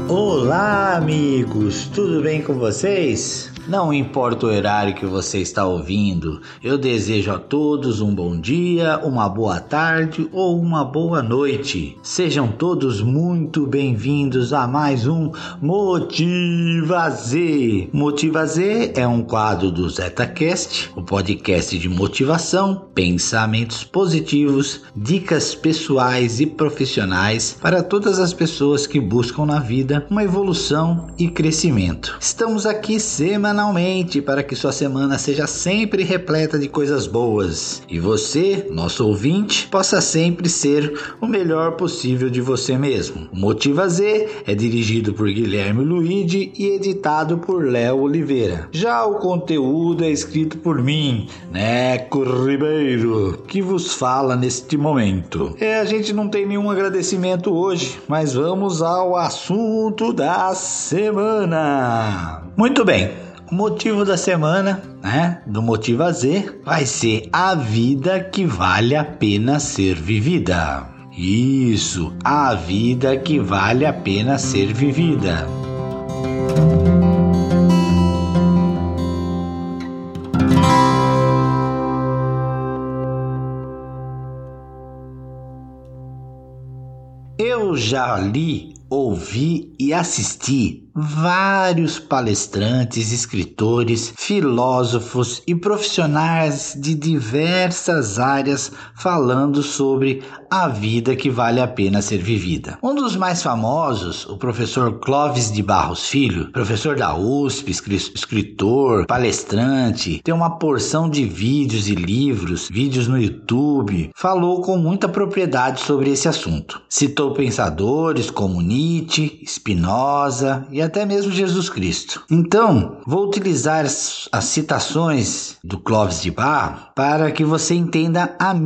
Olá, amigos! Tudo bem com vocês? Não importa o horário que você está ouvindo, eu desejo a todos um bom dia, uma boa tarde ou uma boa noite. Sejam todos muito bem-vindos a mais um Motiva Z. Motiva Z é um quadro do ZetaCast, o podcast de motivação, pensamentos positivos, dicas pessoais e profissionais para todas as pessoas que buscam na vida uma evolução e crescimento. Estamos aqui semanalmente para que sua semana seja sempre repleta de coisas boas e você, nosso ouvinte, possa sempre ser o melhor possível de você mesmo. O Motiva Z é dirigido por Guilherme Luigi e editado por Léo Oliveira. Já o conteúdo é escrito por mim, Neco Ribeiro, que vos fala neste momento. A gente não tem nenhum agradecimento hoje, mas vamos ao assunto da semana. Muito bem. O motivo da semana, do Motiva Z, vai ser a vida que vale a pena ser vivida. Isso, a vida que vale a pena ser vivida. Eu já li, ouvi e assisti vários palestrantes, escritores, filósofos e profissionais de diversas áreas falando sobre a vida que vale a pena ser vivida. Um dos mais famosos, o professor Clóvis de Barros Filho, professor da USP, escritor, palestrante, tem uma porção de vídeos e livros, vídeos no YouTube, falou com muita propriedade sobre esse assunto. Citou pensadores como Nietzsche, Spinoza e até mesmo Jesus Cristo. Então, vou utilizar as citações do Clóvis de Barros para que você entenda a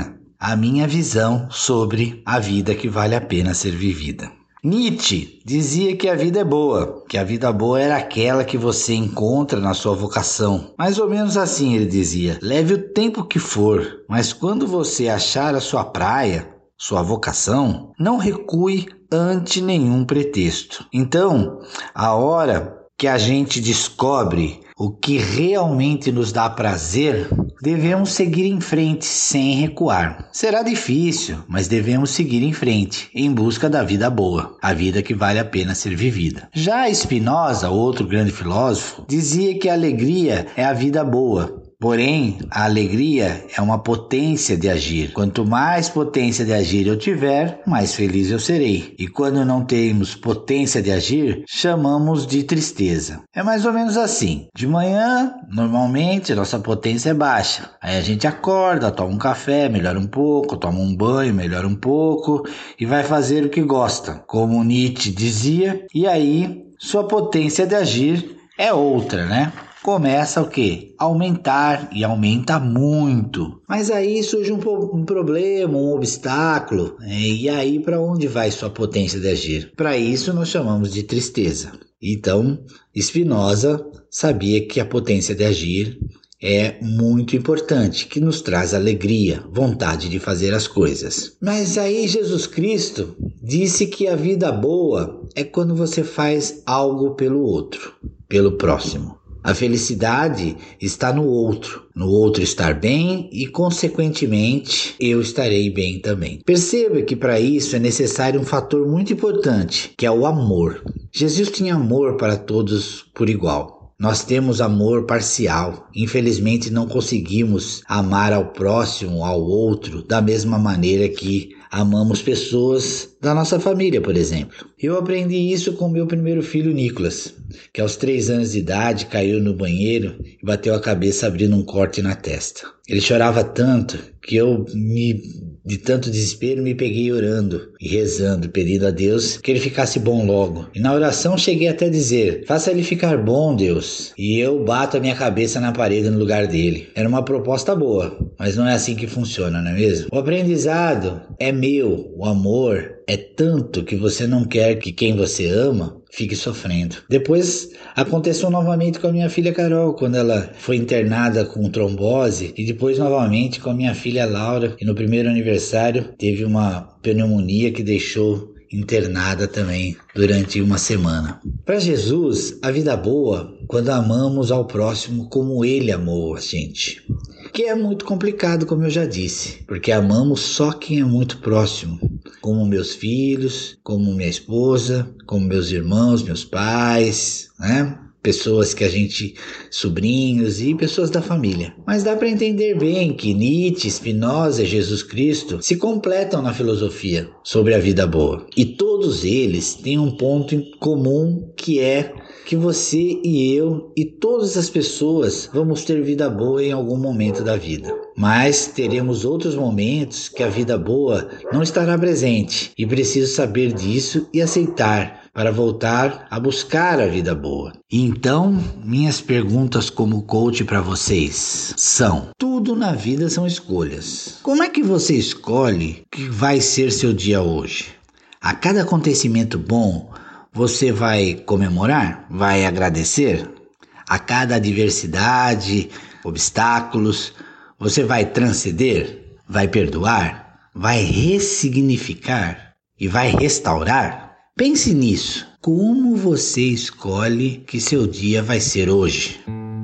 minha visão sobre a vida que vale a pena ser vivida. Nietzsche dizia que a vida é boa, que a vida boa era aquela que você encontra na sua vocação. Mais ou menos assim ele dizia: leve o tempo que for, mas quando você achar a sua praia, sua vocação, não recue ante nenhum pretexto. Então, a hora que a gente descobre o que realmente nos dá prazer, devemos seguir em frente sem recuar. Será difícil, mas devemos seguir em frente, em busca da vida boa, a vida que vale a pena ser vivida. Já Spinoza, outro grande filósofo, dizia que a alegria é a vida boa. Porém, a alegria é uma potência de agir. Quanto mais potência de agir eu tiver, mais feliz eu serei. E quando não temos potência de agir, chamamos de tristeza. É mais ou menos assim. De manhã, normalmente, nossa potência é baixa. Aí a gente acorda, toma um café, melhora um pouco, toma um banho, melhora um pouco e vai fazer o que gosta, como Nietzsche dizia. E aí, sua potência de agir é outra, Começa o quê? Aumentar e aumenta muito. Mas aí surge um problema, um obstáculo. E aí para onde vai sua potência de agir? Para isso nós chamamos de tristeza. Então, Spinoza sabia que a potência de agir é muito importante, que nos traz alegria, vontade de fazer as coisas. Mas aí Jesus Cristo disse que a vida boa é quando você faz algo pelo outro, pelo próximo. A felicidade está no outro estar bem e, consequentemente, eu estarei bem também. Perceba que para isso é necessário um fator muito importante, que é o amor. Jesus tinha amor para todos por igual. Nós temos amor parcial. Infelizmente não conseguimos amar ao próximo, ao outro, da mesma maneira que amamos pessoas da nossa família, por exemplo. Eu aprendi isso com meu primeiro filho, Nicolas, que aos 3 anos de idade caiu no banheiro e bateu a cabeça abrindo um corte na testa. Ele chorava tanto que de tanto desespero, me peguei orando e rezando, pedindo a Deus que ele ficasse bom logo. E na oração cheguei até a dizer: faça ele ficar bom, Deus, e eu bato a minha cabeça na parede no lugar dele. Era uma proposta boa, mas não é assim que funciona, não é mesmo? O aprendizado é meu, o amor é tanto que você não quer que quem você ama fique sofrendo. Depois aconteceu novamente com a minha filha Carol, quando ela foi internada com trombose, e depois novamente com a minha filha Laura, que no primeiro aniversário teve uma pneumonia que deixou internada também durante uma semana. Para Jesus, a vida boa quando amamos ao próximo como ele amou a gente. Que é muito complicado, como eu já disse, porque amamos só quem é muito próximo, como meus filhos, como minha esposa, como meus irmãos, meus pais, né? Pessoas que a gente, sobrinhos e pessoas da família. Mas dá para entender bem que Nietzsche, Spinoza e Jesus Cristo se completam na filosofia sobre a vida boa. E todos eles têm um ponto em comum, que é que você e eu e todas as pessoas vamos ter vida boa em algum momento da vida. Mas teremos outros momentos que a vida boa não estará presente e preciso saber disso e aceitar para voltar a buscar a vida boa. Então, minhas perguntas como coach para vocês são: tudo na vida são escolhas. Como é que você escolhe o que vai ser seu dia hoje? A cada acontecimento bom, você vai comemorar? Vai agradecer? A cada adversidade, obstáculos, você vai transcender? Vai perdoar? Vai ressignificar? E vai restaurar? Pense nisso. Como você escolhe que seu dia vai ser hoje?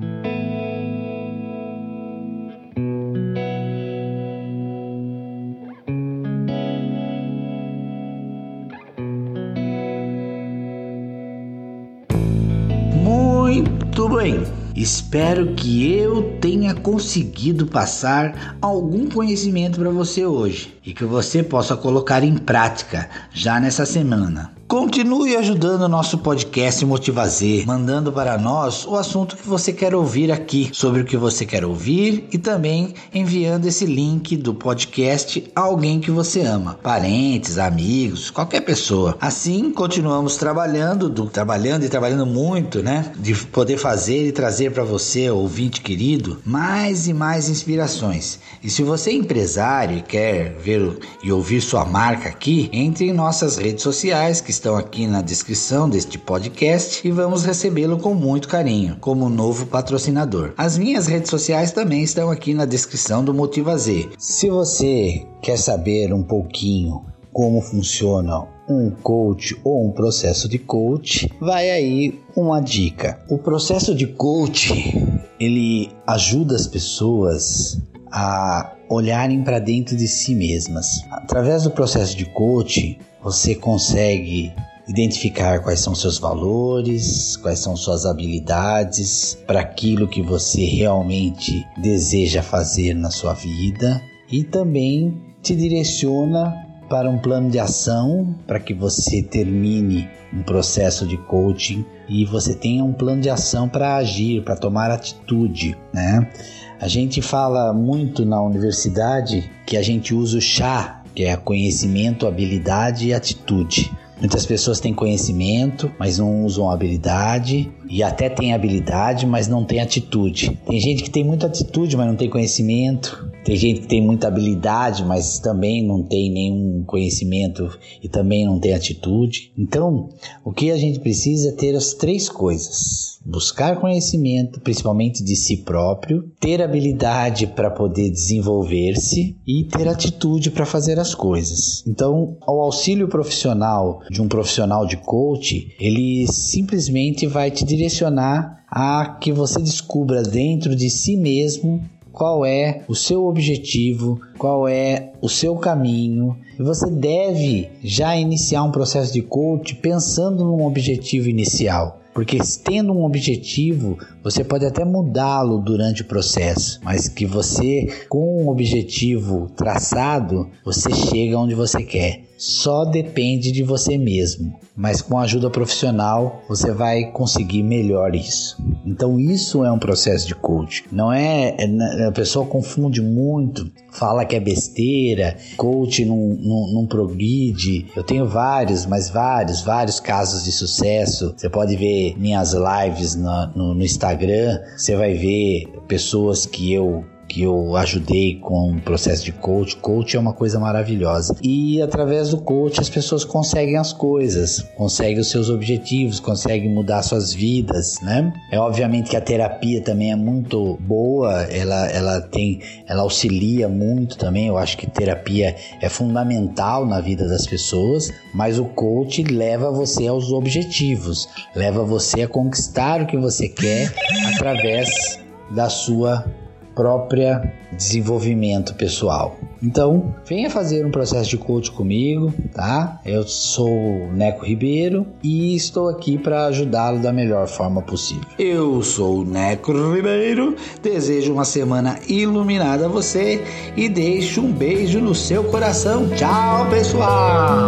Muito bem. Espero que eu tenha conseguido passar algum conhecimento para você hoje e que você possa colocar em prática já nessa semana. Continue ajudando o nosso podcast Motiva Z, mandando para nós o assunto que você quer ouvir aqui, sobre o que você quer ouvir, e também enviando esse link do podcast a alguém que você ama, parentes, amigos, qualquer pessoa. Assim continuamos trabalhando muito, né? De poder fazer e trazer para você, ouvinte querido, mais e mais inspirações. E se você é empresário e quer ver e ouvir sua marca aqui, entre em nossas redes sociais que estão aqui na descrição deste podcast e vamos recebê-lo com muito carinho, como novo patrocinador. As minhas redes sociais também estão aqui na descrição do Motiva Z. Se você quer saber um pouquinho como funciona um coach ou um processo de coach, vai aí uma dica. O processo de coach, ele ajuda as pessoas a olharem para dentro de si mesmas. Através do processo de coach, você consegue identificar quais são seus valores, quais são suas habilidades para aquilo que você realmente deseja fazer na sua vida, e também te direciona para um plano de ação para que você termine um processo de coaching e você tenha um plano de ação para agir, para tomar atitude, né? A gente fala muito na universidade que a gente usa o chá, que é conhecimento, habilidade e atitude. Muitas pessoas têm conhecimento, mas não usam habilidade, e até tem habilidade, mas não tem atitude. Tem gente que tem muita atitude, mas não tem conhecimento. Tem gente que tem muita habilidade, mas também não tem nenhum conhecimento e também não tem atitude. Então, o que a gente precisa é ter as três coisas: buscar conhecimento, principalmente de si próprio, ter habilidade para poder desenvolver-se e ter atitude para fazer as coisas. Então, o auxílio profissional de um profissional de coach, ele simplesmente vai te direcionar a que você descubra dentro de si mesmo qual é o seu objetivo, qual é o seu caminho. E você deve já iniciar um processo de coach pensando num objetivo inicial. Porque tendo um objetivo, você pode até mudá-lo durante o processo, mas que você, com um objetivo traçado, você chega onde você quer. Só depende de você mesmo, mas com a ajuda profissional você vai conseguir melhor isso. Então isso é um processo de coaching. Não é, a pessoa confunde muito, fala que é besteira, coach não progride. Eu tenho vários casos de sucesso. Você pode ver minhas lives no Instagram, você vai ver pessoas que eu que eu ajudei com o processo de coach. Coach é uma coisa maravilhosa. E através do coach as pessoas conseguem as coisas, conseguem os seus objetivos, conseguem mudar suas vidas, né? É obviamente que a terapia também é muito boa, ela auxilia muito também. Eu acho que terapia é fundamental na vida das pessoas, mas o coach leva você aos objetivos, leva você a conquistar o que você quer através da sua própria desenvolvimento pessoal. Então, venha fazer um processo de coach comigo, tá? Eu sou o Neco Ribeiro e estou aqui para ajudá-lo da melhor forma possível. Eu sou o Neco Ribeiro, desejo uma semana iluminada a você e deixo um beijo no seu coração. Tchau, pessoal!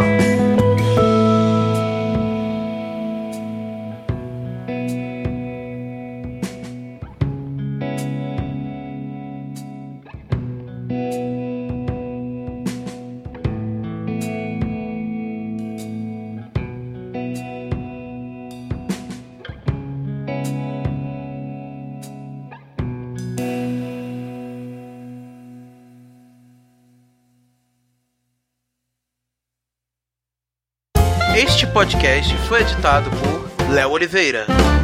Este podcast foi editado por Léo Oliveira.